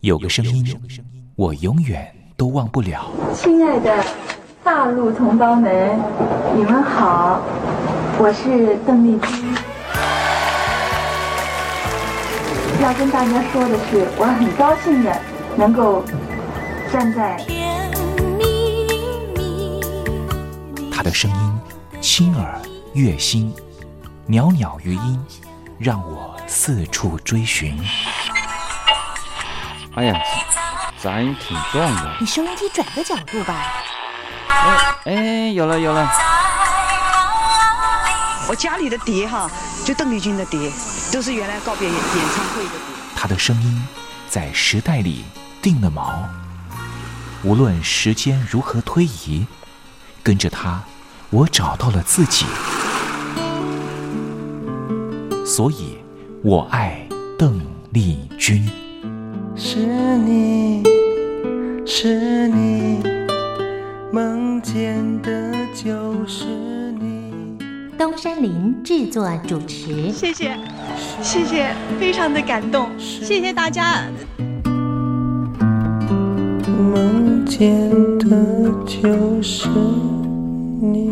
有个声音，我永远都忘不了。 亲爱的大陆同胞们，你们好，我是邓丽君。要跟大家说的是，我很高兴的能够站在他的声音轻耳悦心，袅袅余音，让我四处追寻。 哎呀，杂音挺重的。 你收音机转个角度吧。 哎，有了。 我家里的碟哈，就邓丽君的碟，都是原来告别演唱会的碟。 他的声音在时代里定了锚，无论时间如何推移，跟着他，我找到了自己。所以，我爱邓丽君。 是你，是你，梦见的就是你。 东山林制作主持。 谢谢，非常的感动，谢谢大家。 梦见的就是你。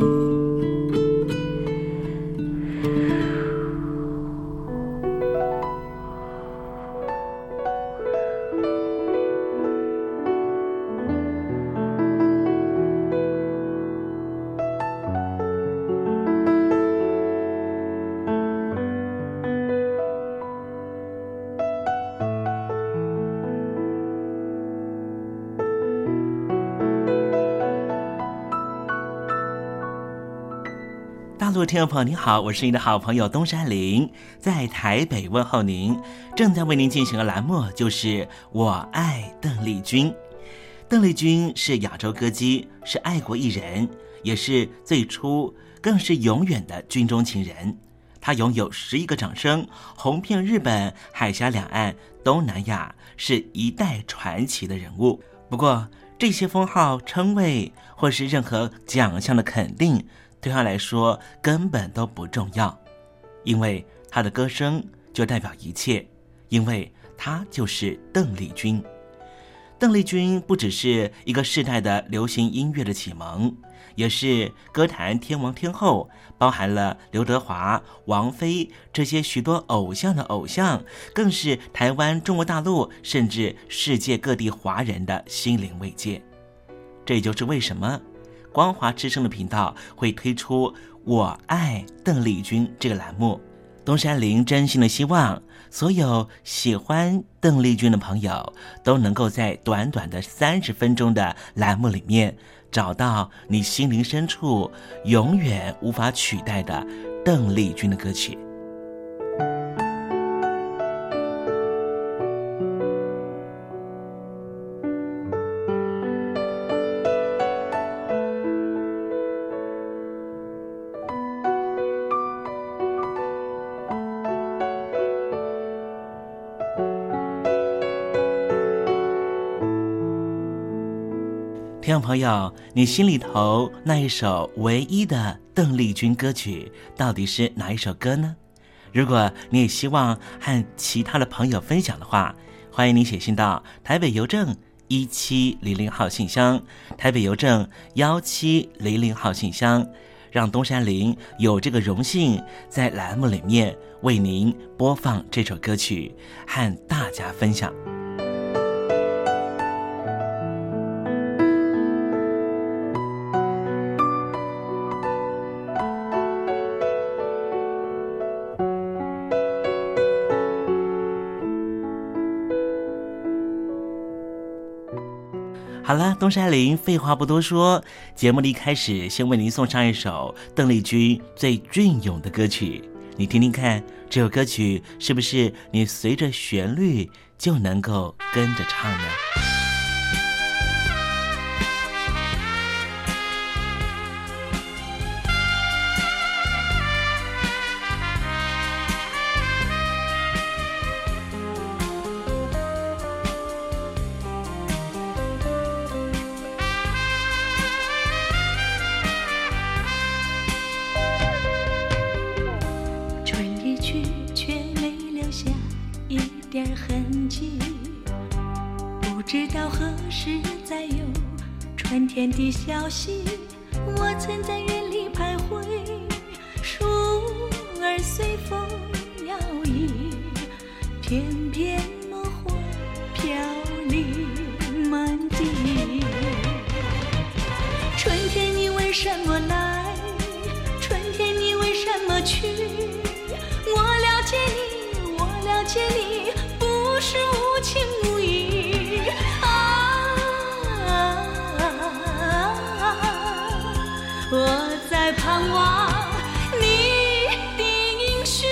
大陆听众朋友您好，我是您的好朋友东山林，在台北问候您。正在为您进行的栏目就是我爱邓丽君。邓丽君是亚洲歌姬，是爱国艺人，也是最初更是永远的军中情人。她拥有11个掌声，红遍日本、海峡两岸、东南亚，是一代传奇的人物。不过这些封号、称谓或是任何奖项的肯定，对他来说根本都不重要，因为他的歌声就代表一切，因为他就是邓丽君。邓丽君不只是一个世代的流行音乐的启蒙，也是歌坛天王天后，包含了刘德华、王菲这些许多偶像的偶像，更是台湾、中国大陆甚至世界各地华人的心灵慰藉。这也就是为什么光华之声的频道会推出我爱邓丽君这个栏目。东山林真心的希望所有喜欢邓丽君的朋友都能够在短短的30分钟的栏目里面找到你心灵深处永远无法取代的邓丽君的歌曲。听众朋友，你心里头那一首唯一的邓丽君歌曲到底是哪一首歌呢？如果你也希望和其他的朋友分享的话，欢迎你写信到台北邮政1700号信箱，台北邮政1700号信箱，让东山林有这个荣幸在栏目里面为您播放这首歌曲，和大家分享。好了，东山林废话不多说，节目的一开始先为您送上一首邓丽君最隽永的歌曲，你听听看，这首歌曲是不是你随着旋律就能够跟着唱呢？ 点痕迹， 知道何时再有春天的消息，我曾在园里徘徊，树儿随风摇曳，片片落花飘零满地。春天你为什么来？春天你为什么去？我了解你，我了解你，不是无情无义我在盼望你的应许。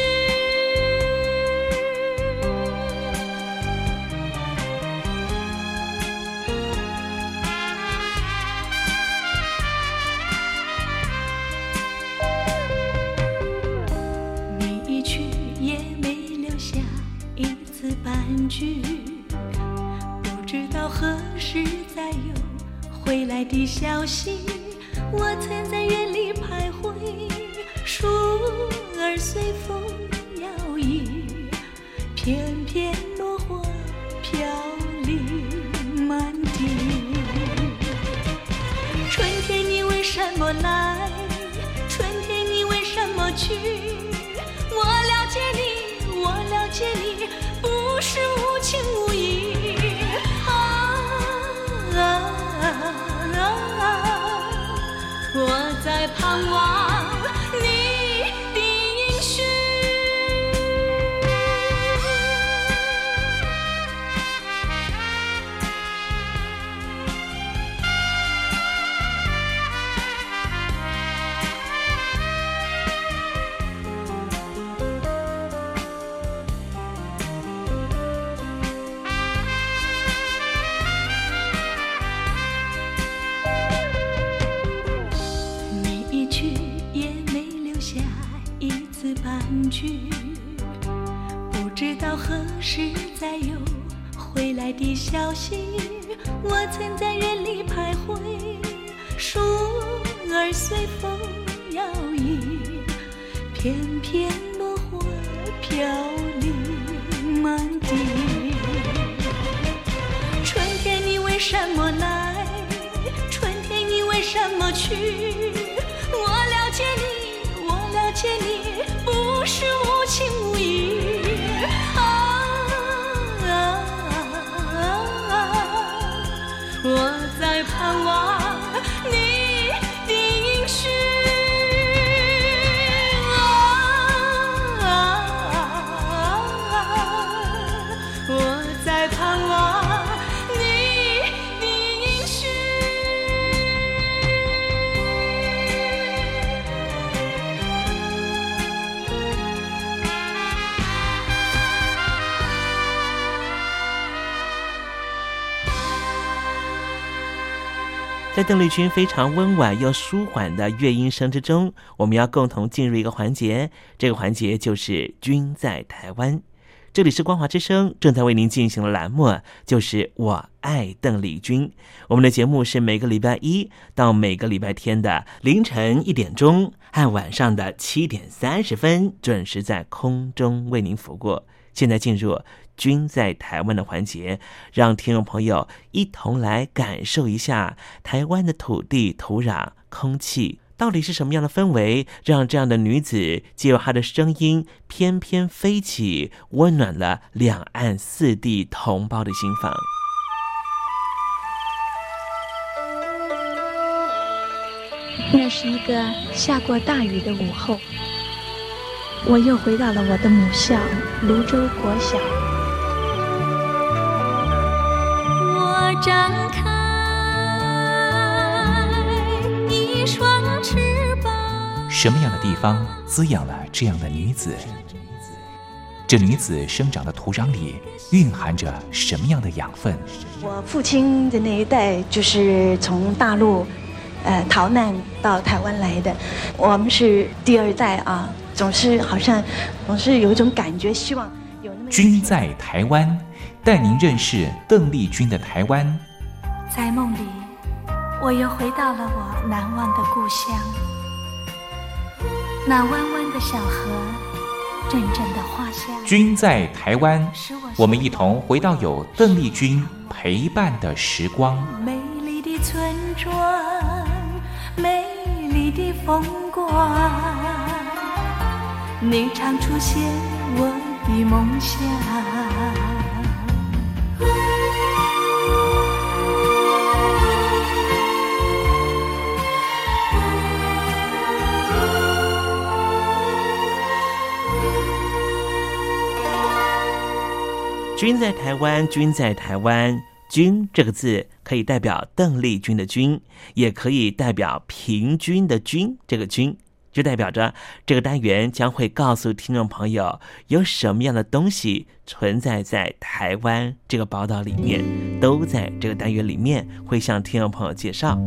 你一去也没留下一字半句，不知道何时再有回来的消息。我曾在园里徘徊，树儿随风摇曳，片片落花飘零满地。春天你为什么来？春天你为什么去？我了解你，我了解你，不是无情无义我在盼望你的应许。不知道何时再有回来的消息。我曾在园里徘徊，树儿随风摇曳，片片落花飘零满地。春天你为什么来？春天你为什么去？我了解你，我了解你，不是无情无义我在盼望你的应许我在盼望你的应许在邓丽君非常温婉又舒缓的乐音声之中，我们要共同进入一个环节，这个环节就是君在台湾。这里是光华之声正在为您进行的栏目就是我爱邓丽君。我们的节目是每个礼拜一到每个礼拜天的凌晨1点钟和晚上的7点30分准时在空中为您服务。现在进入君在台湾的环节，让听众朋友一同来感受一下台湾的土地、土壤、空气到底是什么样的氛围，让这样的女子借由她的声音翩翩飞起，温暖了两岸四地同胞的心房。 那是一个下过大雨的午后，我又回到了我的母校泸州国小。 我张开一双翅膀。 什么样的地方滋养了这样的女子？这女子生长的土壤里蕴含着什么样的养分？ 我父亲的那一代就是从大陆逃难到台湾来的，我们是第二代啊，总是有一种感觉，希望有那么君在台湾，带您认识邓丽君的台湾。 在梦里，我又回到了我难忘的故乡，那弯弯的小河阵阵的花香。 君在台湾，我们一同回到有邓丽君陪伴的时光。 美丽的村庄，美丽的风光，你常出现我的梦想。 君在台湾，君在台湾，君这个字可以代表邓丽君的君，也可以代表平均的均，这个均就代表着这个单元将会告诉听众朋友有什么样的东西存在在台湾这个宝岛里面，都在这个单元里面会向听众朋友介绍。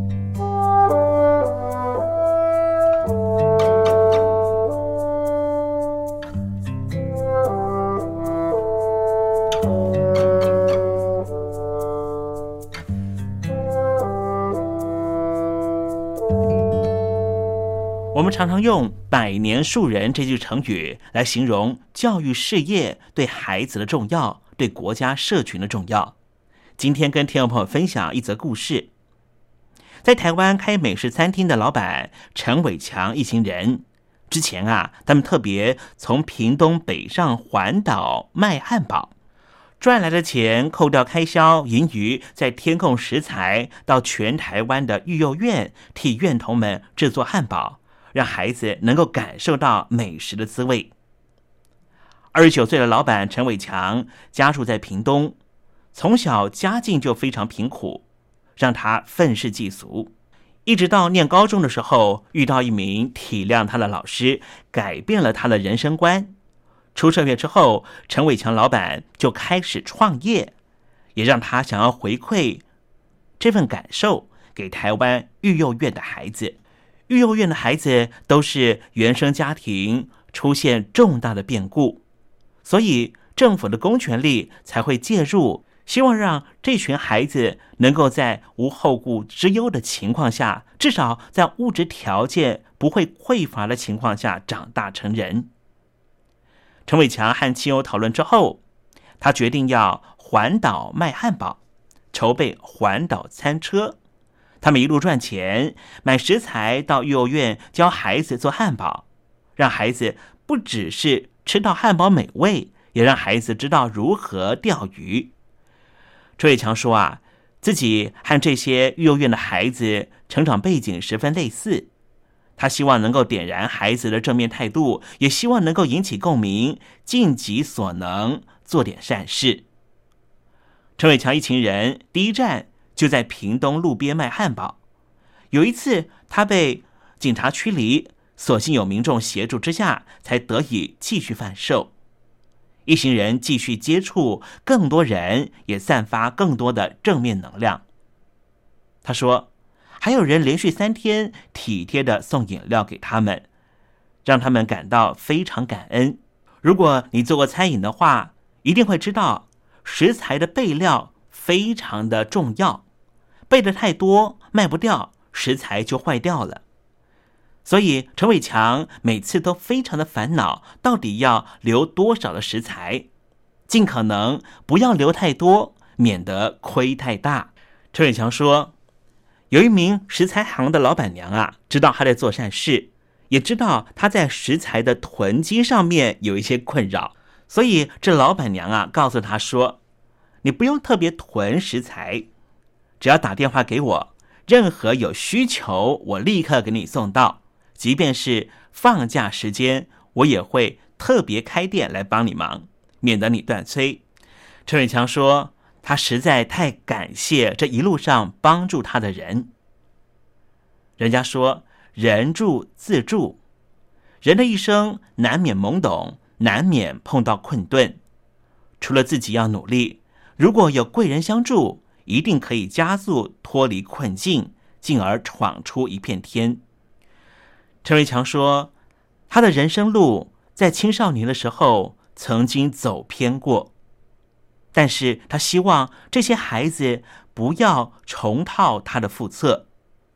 我们常常用百年树人这句成语来形容教育事业对孩子的重要，对国家社群的重要。今天跟听众朋友分享一则故事。在台湾开美食餐厅的老板陈伟强一行人，之前他们特别从屏东北上环岛卖汉堡，赚来的钱扣掉开销，盈余再添购食材到全台湾的育幼院，替院童们制作汉堡，让孩子能够感受到美食的滋味。29岁的老板陈伟强家住在屏东，从小家境就非常贫苦，让他愤世嫉俗。一直到念高中的时候，遇到一名体谅他的老师，改变了他的人生观。出社会之后，陈伟强老板就开始创业，也让他想要回馈这份感受给台湾育幼院的孩子。育幼院的孩子都是原生家庭出现重大的变故，所以政府的公权力才会介入，希望让这群孩子能够在无后顾之忧的情况下，至少在物质条件不会匮乏的情况下长大成人。陈伟强和亲友讨论之后，他决定要环岛卖汉堡，筹备环岛餐车。他们一路赚钱，买食材到幼儿园教孩子做汉堡，让孩子不只是吃到汉堡美味，也让孩子知道如何钓鱼。周伟强说自己和这些幼儿园的孩子成长背景十分类似，他希望能够点燃孩子的正面态度，也希望能够引起共鸣，尽己所能做点善事。陈伟强一行人第一站就在屏东路边卖汉堡。有一次他被警察驱离，所幸有民众协助之下，才得以继续贩售。一行人继续接触更多人，也散发更多的正面能量。他说还有人连续3天体贴地送饮料给他们，让他们感到非常感恩。如果你做过餐饮的话，一定会知道食材的备料非常的重要，备的太多卖不掉，食材就坏掉了。所以陈伟强每次都非常的烦恼，到底要留多少的食材，尽可能不要留太多，免得亏太大。陈伟强说，有一名食材行的老板娘知道他在做善事，也知道他在食材的囤积上面有一些困扰，所以这老板娘告诉他说，你不用特别囤食材，只要打电话给我，任何有需求我立刻给你送到，即便是放假时间，我也会特别开店来帮你忙，免得你断炊。陈伟强说，他实在太感谢这一路上帮助他的人。人家说人助自助，人的一生难免懵懂，难免碰到困顿，除了自己要努力，如果有贵人相助，一定可以加速脱离困境，进而闯出一片天。陈伟强说，他的人生路在青少年的时候曾经走偏过，但是他希望这些孩子不要重蹈他的覆辙。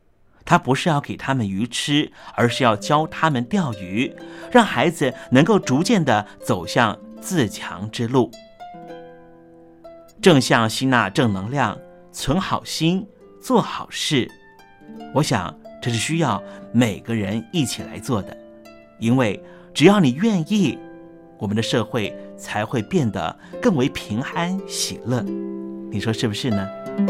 他不是要给他们鱼吃，而是要教他们钓鱼，让孩子能够逐渐地走向自强之路。正向吸纳正能量，存好心，做好事，我想这是需要每个人一起来做的，因为只要你愿意，我们的社会才会变得更为平安喜乐。你说是不是呢？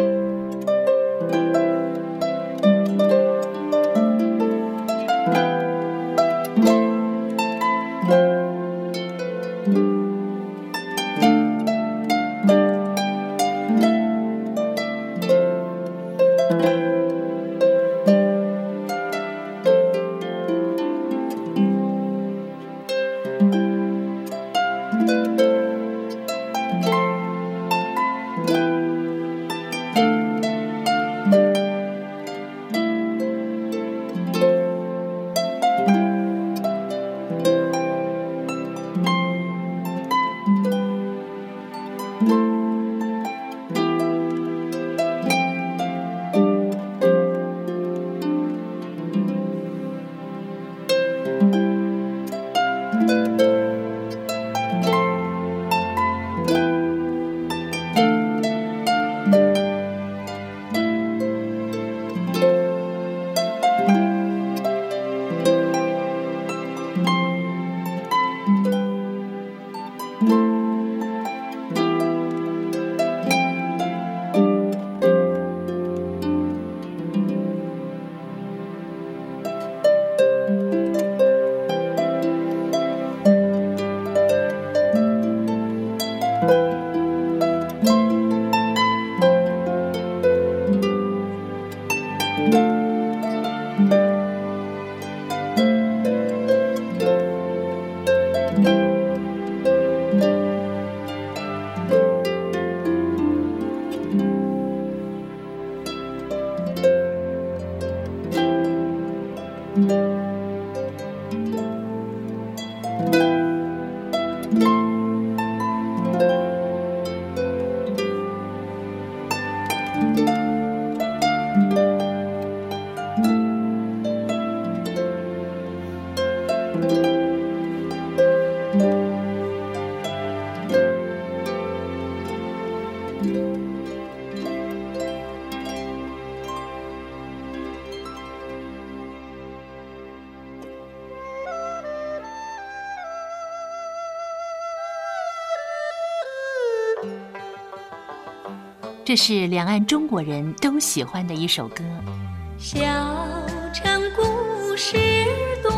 这是两岸中国人都喜欢的一首歌。 小城故事多，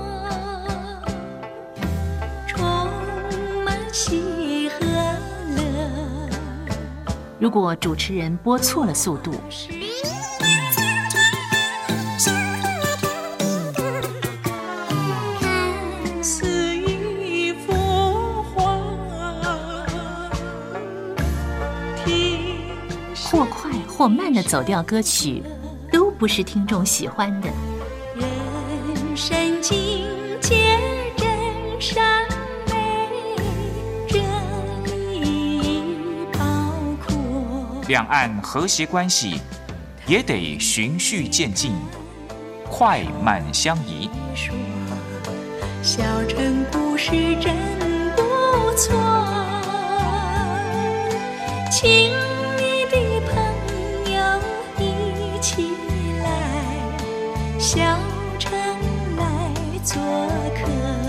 充满喜和乐。 如果主持人播错了速度， 看似一幅画， 或快或慢的走调歌曲，都不是听众喜欢的。 人生境界真善美，这里包括两岸和谐关系也得循序渐进，快慢相宜。 小城故事真不错，请你的朋友一起来小城来做客。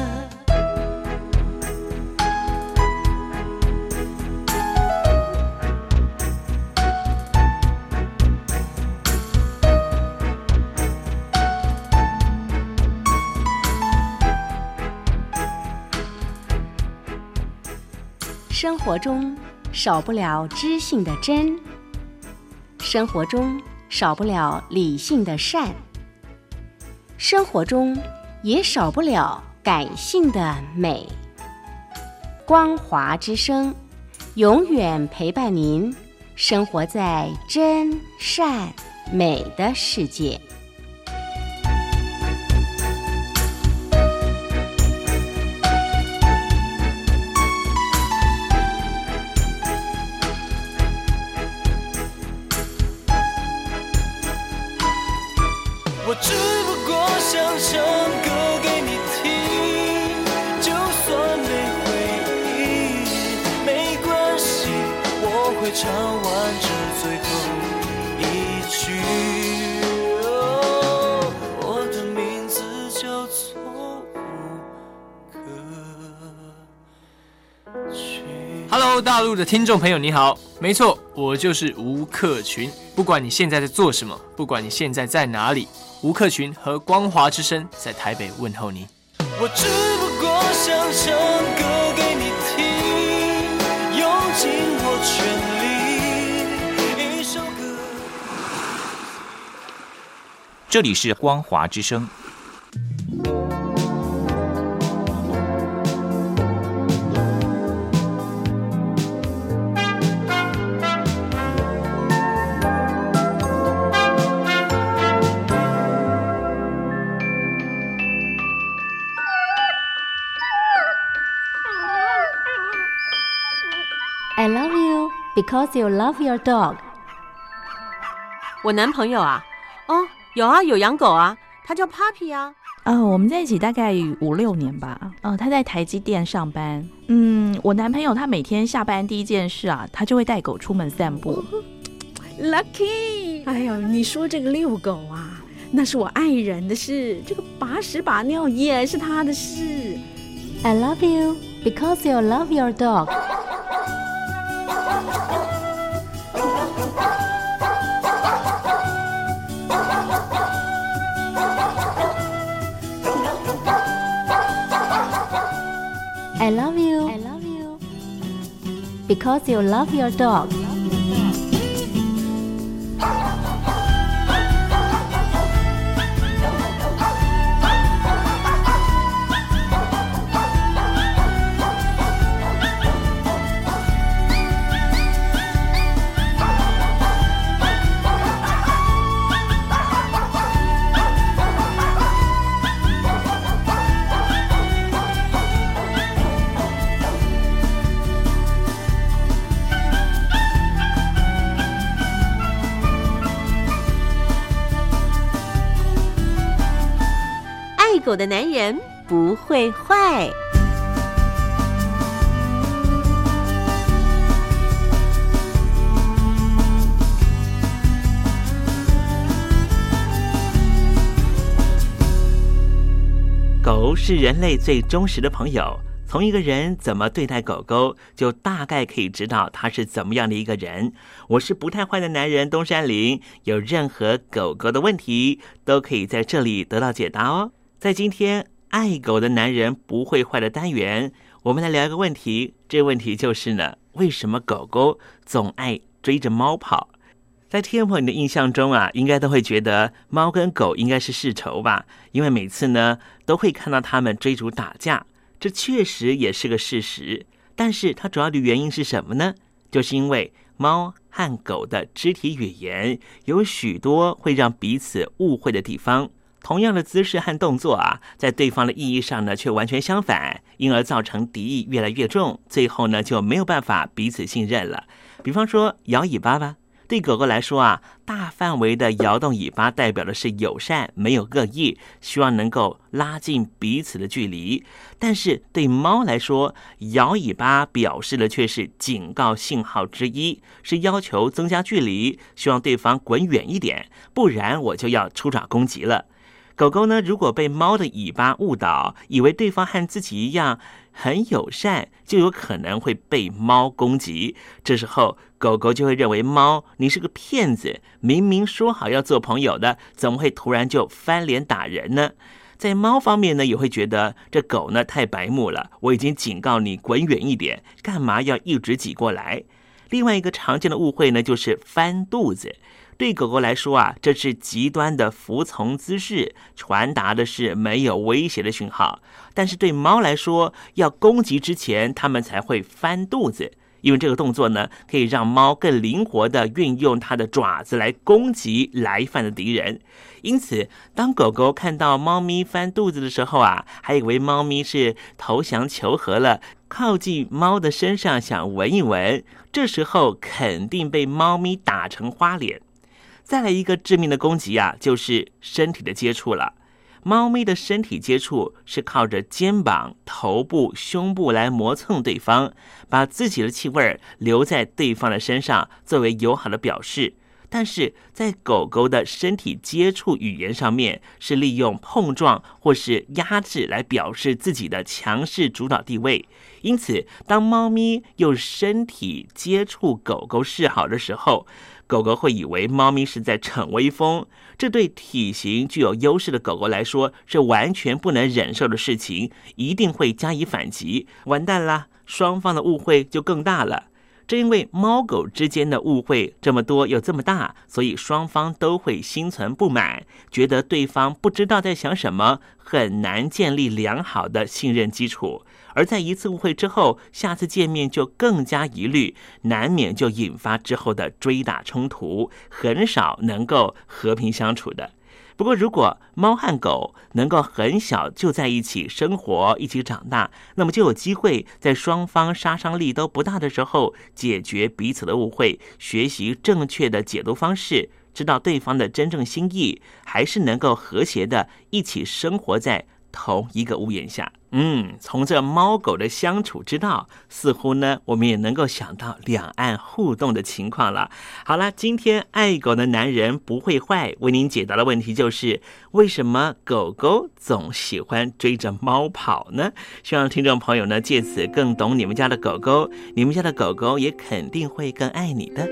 生活中少不了知性的真，生活中少不了理性的善，生活中也少不了感性的美。光华之声永远陪伴您生活在真善美的世界。 我 Hello， 大陆的听众朋友，你好，没错，我就是吴克群。不管你现在在做什么，不管你现在在哪里，吴克群和光华之声在台北问候你。 我只不过想唱歌给你听，用尽我全力，一首歌。 这里是光华之声。 I love you because you love your dog。 我男朋友啊，哦，有啊，有养狗啊，他叫 Papi 啊。 我们在一起大概5-6年吧。他在台积电上班。我男朋友他每天下班第一件事啊，他就会带狗出门散步。 Lucky， 哎呦，你说这个遛狗啊，那是我爱人的事，这个把屎把尿也是他的事。 I love you because you love your dog。I love you because you love your dog。 爱狗的男人不会坏。 狗是人类最忠实的朋友，从一个人怎么对待狗狗，就大概可以知道他是怎么样的一个人。我是不太坏的男人东山林，有任何狗狗的问题，都可以在这里得到解答哦。在今天爱狗的男人不会坏的单元，我们来聊一个问题，这个问题就是呢，为什么狗狗总爱追着猫跑？在听众朋友你的印象中啊，应该都会觉得猫跟狗应该是世仇吧，因为每次呢都会看到它们追逐打架，这确实也是个事实。但是它主要的原因是什么呢？就是因为猫和狗的肢体语言有许多会让彼此误会的地方，同样的姿势和动作啊，在对方的意义上呢却完全相反，因而造成敌意越来越重，最后呢就没有办法彼此信任了。比方说摇尾巴吧，对狗狗来说啊，大范围的摇动尾巴代表的是友善，没有恶意，希望能够拉近彼此的距离。但是对猫来说，摇尾巴表示的却是警告信号之一，是要求增加距离，希望对方滚远一点，不然我就要出爪攻击了。狗狗呢，如果被猫的尾巴误导，以为对方和自己一样很友善，就有可能会被猫攻击。这时候狗狗就会认为猫你是个骗子，明明说好要做朋友的，怎么会突然就翻脸打人呢？在猫方面呢，也会觉得这狗呢太白目了，我已经警告你滚远一点，干嘛要一直挤过来？另外一个常见的误会呢，就是翻肚子。对狗狗来说啊，这是极端的服从姿势，传达的是没有威胁的讯号。但是对猫来说，要攻击之前，它们才会翻肚子，因为这个动作呢，可以让猫更灵活地运用它的爪子来攻击来犯的敌人。因此，当狗狗看到猫咪翻肚子的时候啊，还以为猫咪是投降求和了，靠近猫的身上想闻一闻，这时候肯定被猫咪打成花脸。再来一个致命的攻击啊，就是身体的接触了。猫咪的身体接触是靠着肩膀、头部、胸部来磨蹭对方，把自己的气味留在对方的身上，作为友好的表示。 但是在狗狗的身体接触语言上面，是利用碰撞或是压制来表示自己的强势主导地位。因此，当猫咪用身体接触狗狗示好的时候，狗狗会以为猫咪是在逞威风，这对体型具有优势的狗狗来说是完全不能忍受的事情，一定会加以反击。完蛋啦，双方的误会就更大了。正因为猫狗之间的误会这么多又这么大，所以双方都会心存不满，觉得对方不知道在想什么，很难建立良好的信任基础。而在一次误会之后，下次见面就更加疑虑，难免就引发之后的追打冲突，很少能够和平相处的。不过如果猫和狗能够很小就在一起生活，一起长大，那么就有机会在双方杀伤力都不大的时候解决彼此的误会，学习正确的解读方式，知道对方的真正心意，还是能够和谐的一起生活在同一个屋檐下。从这猫狗的相处之道，似乎呢我们也能够想到两岸互动的情况了。好了，今天爱狗的男人不会坏为您解答的问题就是，为什么狗狗总喜欢追着猫跑呢？希望听众朋友呢借此更懂你们家的狗狗，你们家的狗狗也肯定会更爱你的。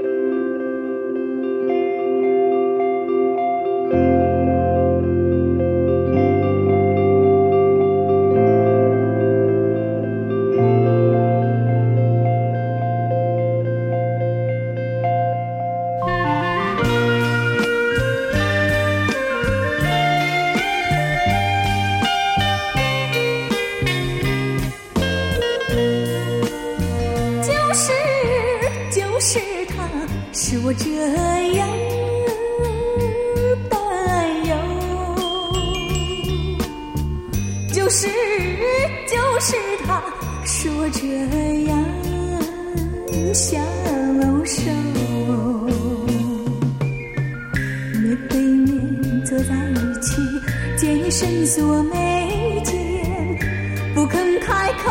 是我这样担忧，就是他，是我这样享受。面对面坐在一起，见你伸缩眉间，不肯开口，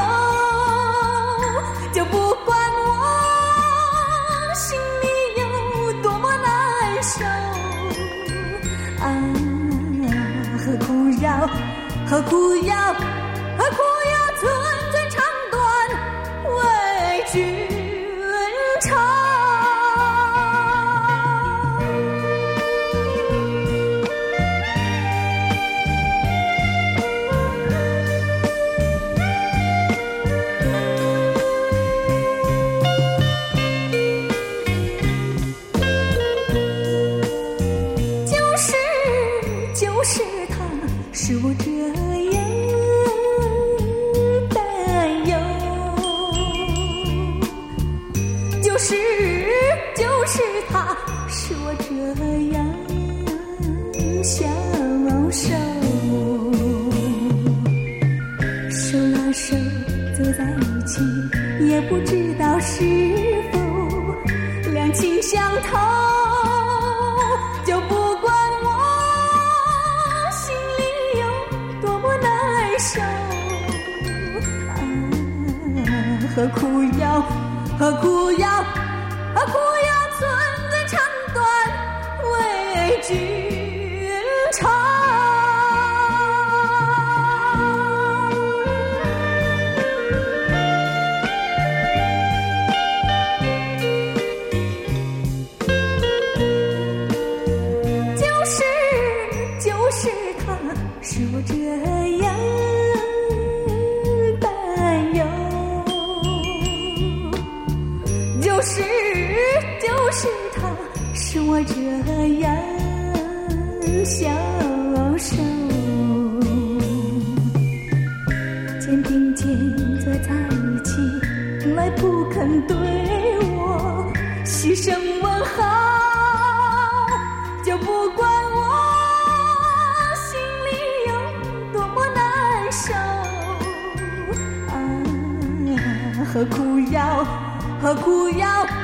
就不管我心里有多么难受啊！何苦要寸寸肠断为君尝？就是他，是我这样担忧，就是他，是我这样享受。手拉手走在一起，也不知道是否两情相投，就不管何苦要寸寸肠断为君尝？就是他，是我这样担忧。就是他，是我这样享受。肩并肩坐在一起，从来不肯对我细声问好，就不管我心里有多么难受啊！何苦要